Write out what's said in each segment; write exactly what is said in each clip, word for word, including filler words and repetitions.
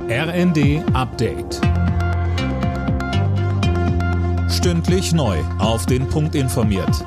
R N D Update. Stündlich neu auf den Punkt informiert.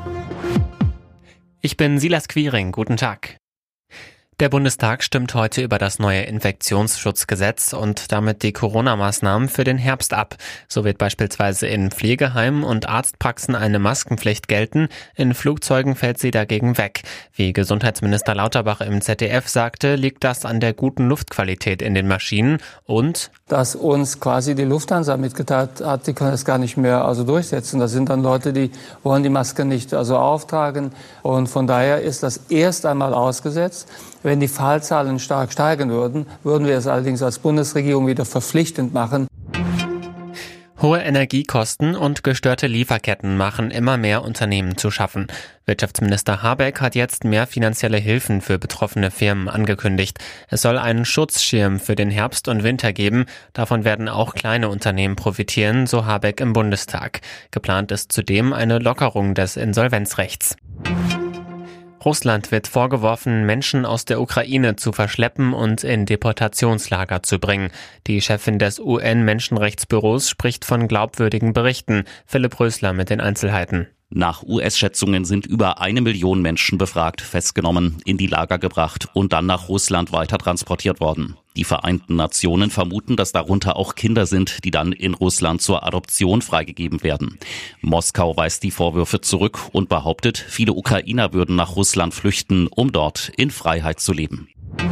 Ich bin Silas Quiring, guten Tag. Der Bundestag stimmt heute über das neue Infektionsschutzgesetz und damit die Corona-Maßnahmen für den Herbst ab. So wird beispielsweise in Pflegeheimen und Arztpraxen eine Maskenpflicht gelten, in Flugzeugen fällt sie dagegen weg. Wie Gesundheitsminister Lauterbach im Z D F sagte, liegt das an der guten Luftqualität in den Maschinen und dass uns quasi die Lufthansa mitgeteilt hat, die können das gar nicht mehr also durchsetzen. Das sind dann Leute, die wollen die Maske nicht also auftragen. Und von daher ist das erst einmal ausgesetzt. Wenn die Fallzahlen stark steigen würden, würden wir es allerdings als Bundesregierung wieder verpflichtend machen. Hohe Energiekosten und gestörte Lieferketten machen immer mehr Unternehmen zu schaffen. Wirtschaftsminister Habeck hat jetzt mehr finanzielle Hilfen für betroffene Firmen angekündigt. Es soll einen Schutzschirm für den Herbst und Winter geben. Davon werden auch kleine Unternehmen profitieren, so Habeck im Bundestag. Geplant ist zudem eine Lockerung des Insolvenzrechts. Russland wird vorgeworfen, Menschen aus der Ukraine zu verschleppen und in Deportationslager zu bringen. Die Chefin des U N-Menschenrechtsbüros spricht von glaubwürdigen Berichten. Philipp Rösler mit den Einzelheiten. Nach U S-Schätzungen sind über eine Million Menschen befragt, festgenommen, in die Lager gebracht und dann nach Russland weiter transportiert worden. Die Vereinten Nationen vermuten, dass darunter auch Kinder sind, die dann in Russland zur Adoption freigegeben werden. Moskau weist die Vorwürfe zurück und behauptet, viele Ukrainer würden nach Russland flüchten, um dort in Freiheit zu leben.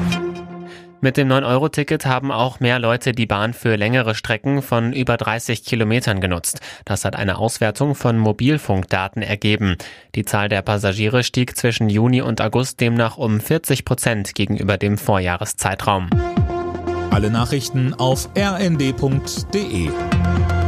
Mit dem neun Euro Ticket haben auch mehr Leute die Bahn für längere Strecken von über dreißig Kilometern genutzt. Das hat eine Auswertung von Mobilfunkdaten ergeben. Die Zahl der Passagiere stieg zwischen Juni und August demnach um vierzig Prozent gegenüber dem Vorjahreszeitraum. Alle Nachrichten auf r n d punkt d e.